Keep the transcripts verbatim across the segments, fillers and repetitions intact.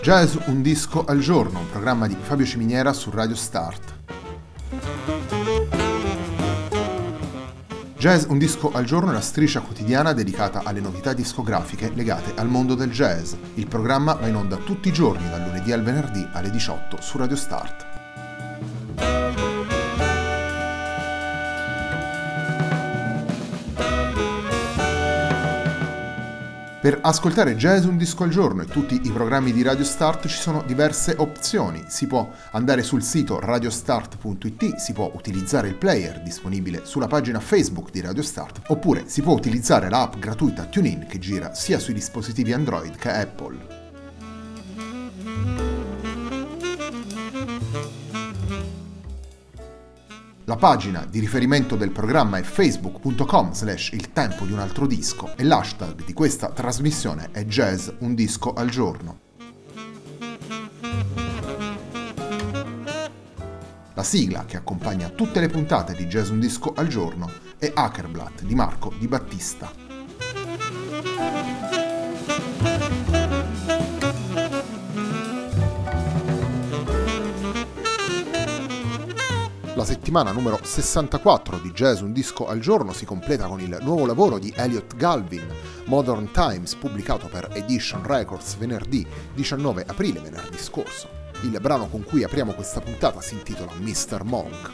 Jazz un disco al giorno, un programma di Fabio Ciminiera su Radio Start. Jazz un disco al giorno è la striscia quotidiana dedicata alle novità discografiche legate al mondo del jazz. Il programma va in onda tutti i giorni, dal lunedì al venerdì alle diciotto su Radio Start. Per ascoltare Jazz un disco al giorno e tutti i programmi di Radio Start ci sono diverse opzioni. Si può andare sul sito radiostart punto it, si può utilizzare il player disponibile sulla pagina Facebook di Radio Start, oppure si può utilizzare l'app gratuita TuneIn che gira sia sui dispositivi Android che Apple. La pagina di riferimento del programma è facebook punto com slash il tempo di un altro disco e l'hashtag di questa trasmissione è Jazz un disco al giorno. La sigla che accompagna tutte le puntate di Jazz un disco al giorno è Akerblatt di Marco Di Battista. La settimana numero sessantaquattro di Jazz un disco al giorno si completa con il nuovo lavoro di Elliot Galvin, Modern Times, pubblicato per Edition Records venerdì diciannove aprile, venerdì scorso. Il brano con cui apriamo questa puntata si intitola mister Monk.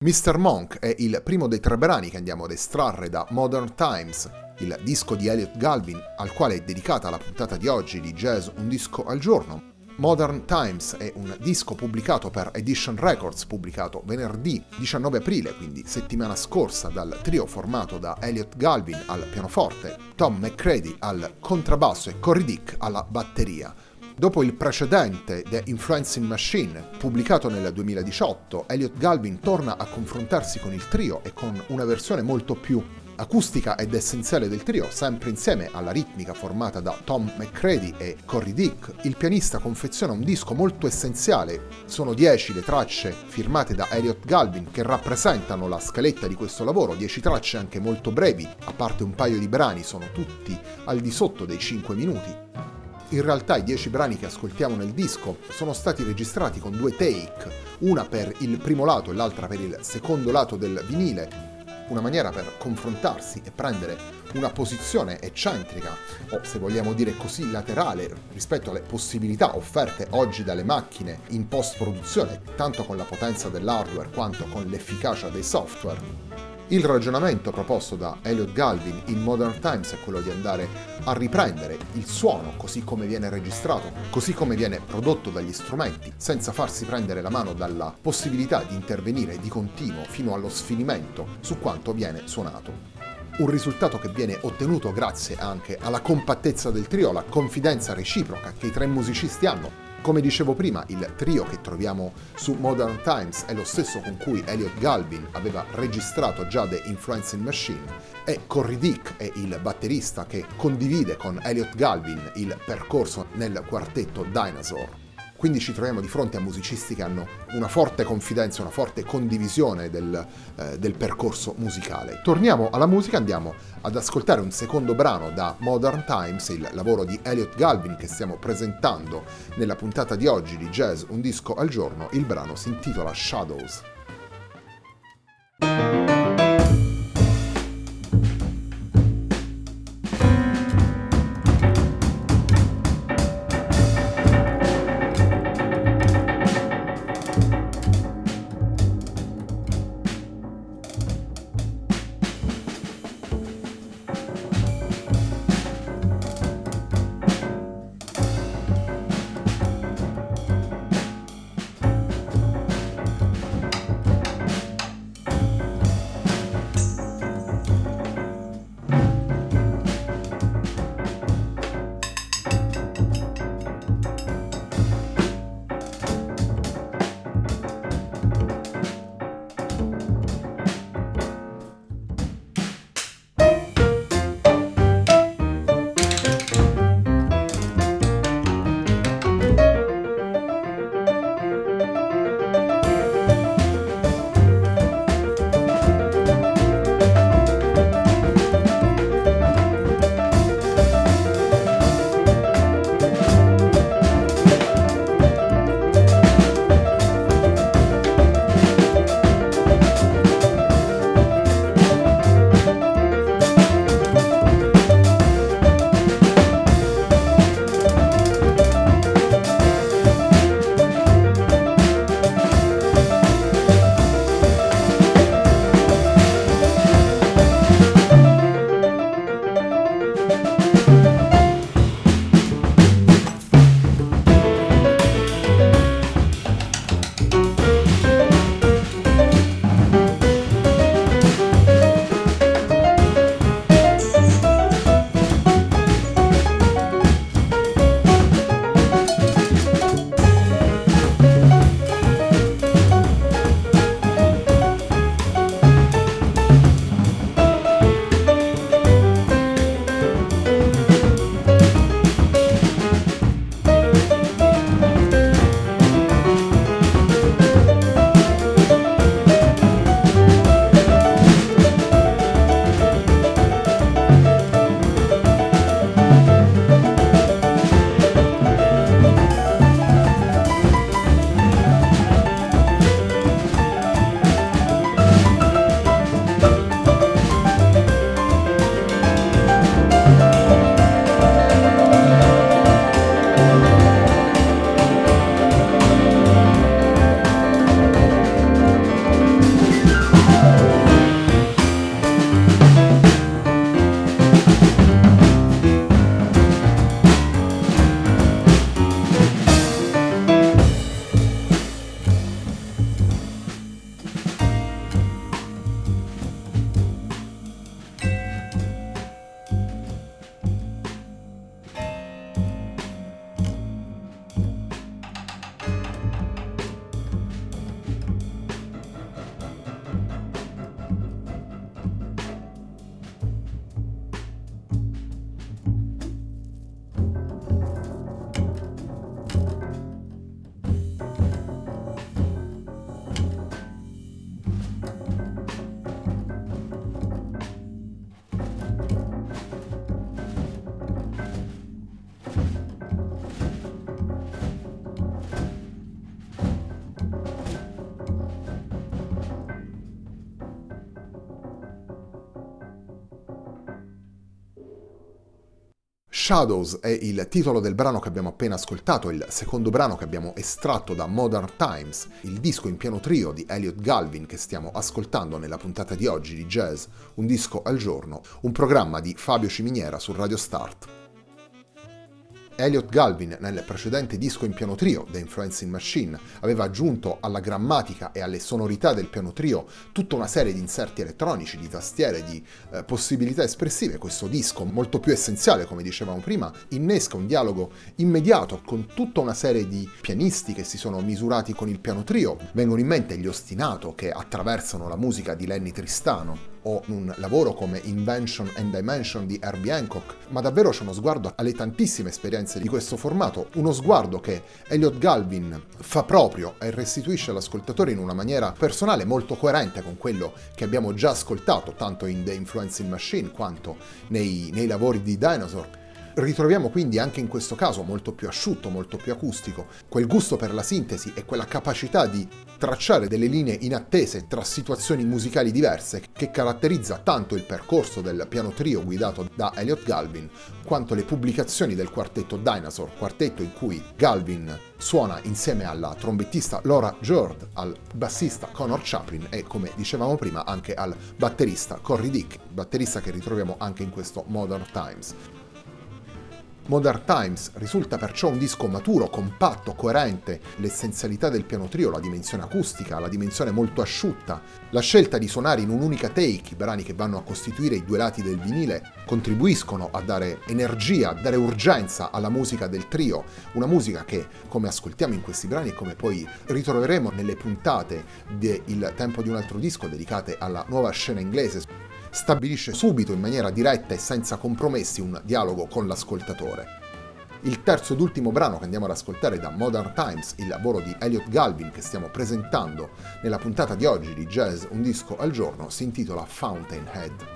mister Monk è il primo dei tre brani che andiamo ad estrarre da Modern Times, il disco di Elliot Galvin al quale è dedicata la puntata di oggi di Jazz Un Disco al Giorno. Modern Times è un disco pubblicato per Edition Records, pubblicato venerdì diciannove aprile, quindi settimana scorsa, dal trio formato da Elliot Galvin al pianoforte, Tom McCready al contrabbasso e Corey Dick alla batteria. Dopo il precedente The Influencing Machine, pubblicato nel duemiladiciotto, Elliot Galvin torna a confrontarsi con il trio e con una versione molto più acustica ed essenziale del trio, sempre insieme alla ritmica formata da Tom McCready e Corey Dick. Il pianista confeziona un disco molto essenziale, sono dieci le tracce firmate da Elliot Galvin che rappresentano la scaletta di questo lavoro, dieci tracce anche molto brevi, a parte un paio di brani, sono tutti al di sotto dei cinque minuti. In realtà i dieci brani che ascoltiamo nel disco sono stati registrati con due take, una per il primo lato e l'altra per il secondo lato del vinile, una maniera per confrontarsi e prendere una posizione eccentrica, o se vogliamo dire così laterale, rispetto alle possibilità offerte oggi dalle macchine in post-produzione, tanto con la potenza dell'hardware quanto con l'efficacia dei software. Il ragionamento proposto da Elliot Galvin in Modern Times è quello di andare a riprendere il suono così come viene registrato, così come viene prodotto dagli strumenti, senza farsi prendere la mano dalla possibilità di intervenire di continuo fino allo sfinimento su quanto viene suonato. Un risultato che viene ottenuto grazie anche alla compattezza del trio, alla confidenza reciproca che i tre musicisti hanno. Come dicevo prima, il trio che troviamo su Modern Times è lo stesso con cui Elliot Galvin aveva registrato già The Influencing Machine e Corey Dick è il batterista che condivide con Elliot Galvin il percorso nel quartetto Dinosaur. Quindi ci troviamo di fronte a musicisti che hanno una forte confidenza, una forte condivisione del, eh, del percorso musicale. Torniamo alla musica, andiamo ad ascoltare un secondo brano da Modern Times, il lavoro di Elliot Galvin che stiamo presentando nella puntata di oggi di Jazz Un Disco al Giorno. Il brano si intitola Shadows. Shadows è il titolo del brano che abbiamo appena ascoltato, il secondo brano che abbiamo estratto da Modern Times, il disco in piano trio di Elliot Galvin che stiamo ascoltando nella puntata di oggi di Jazz, un disco al giorno, un programma di Fabio Ciminiera su Radio Start. Elliot Galvin, nel precedente disco in piano trio, The Influencing Machine, aveva aggiunto alla grammatica e alle sonorità del piano trio tutta una serie di inserti elettronici, di tastiere, di eh, possibilità espressive. Questo disco, molto più essenziale, come dicevamo prima, innesca un dialogo immediato con tutta una serie di pianisti che si sono misurati con il piano trio. Vengono in mente gli Ostinato che attraversano la musica di Lenny Tristano, o un lavoro come Invention and Dimension di Herbie Hancock, ma davvero c'è uno sguardo alle tantissime esperienze di questo formato, uno sguardo che Elliot Galvin fa proprio e restituisce all'ascoltatore in una maniera personale molto coerente con quello che abbiamo già ascoltato tanto in The Influencing Machine quanto nei, nei lavori di Dinosaur. Ritroviamo quindi anche in questo caso molto più asciutto, molto più acustico, quel gusto per la sintesi e quella capacità di tracciare delle linee inattese tra situazioni musicali diverse che caratterizza tanto il percorso del piano trio guidato da Elliot Galvin quanto le pubblicazioni del quartetto Dinosaur, quartetto in cui Galvin suona insieme alla trombettista Laura Jord, al bassista Connor Chaplin e, come dicevamo prima, anche al batterista Corey Dick, batterista che ritroviamo anche in questo Modern Times. Modern Times risulta perciò un disco maturo, compatto, coerente, l'essenzialità del piano trio, la dimensione acustica, la dimensione molto asciutta, la scelta di suonare in un'unica take i brani che vanno a costituire i due lati del vinile contribuiscono a dare energia, a dare urgenza alla musica del trio, una musica che, come ascoltiamo in questi brani e come poi ritroveremo nelle puntate de Il tempo di un altro disco dedicate alla nuova scena inglese, stabilisce subito in maniera diretta e senza compromessi un dialogo con l'ascoltatore. Il terzo ed ultimo brano che andiamo ad ascoltare da Modern Times, il lavoro di Elliot Galvin che stiamo presentando nella puntata di oggi di Jazz Un disco al giorno, si intitola Fountainhead.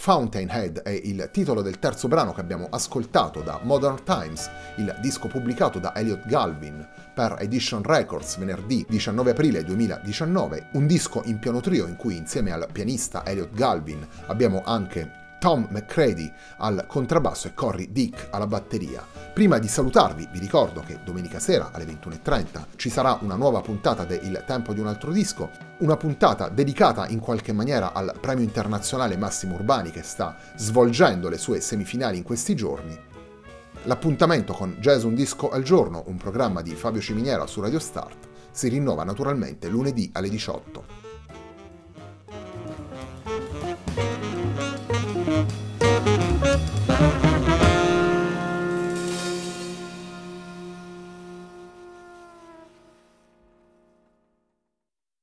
Fountainhead è il titolo del terzo brano che abbiamo ascoltato da Modern Times, il disco pubblicato da Elliot Galvin per Edition Records venerdì diciannove aprile duemiladiciannove, un disco in piano trio in cui insieme al pianista Elliot Galvin abbiamo anche Tom McCready al contrabbasso e Corey Dick alla batteria. Prima di salutarvi vi ricordo che domenica sera alle ventuno e trenta ci sarà una nuova puntata de Il tempo di un altro disco, una puntata dedicata in qualche maniera al premio internazionale Massimo Urbani che sta svolgendo le sue semifinali in questi giorni. L'appuntamento con Jazz Un Disco al Giorno, un programma di Fabio Ciminiera su Radio Start, si rinnova naturalmente lunedì alle diciotto.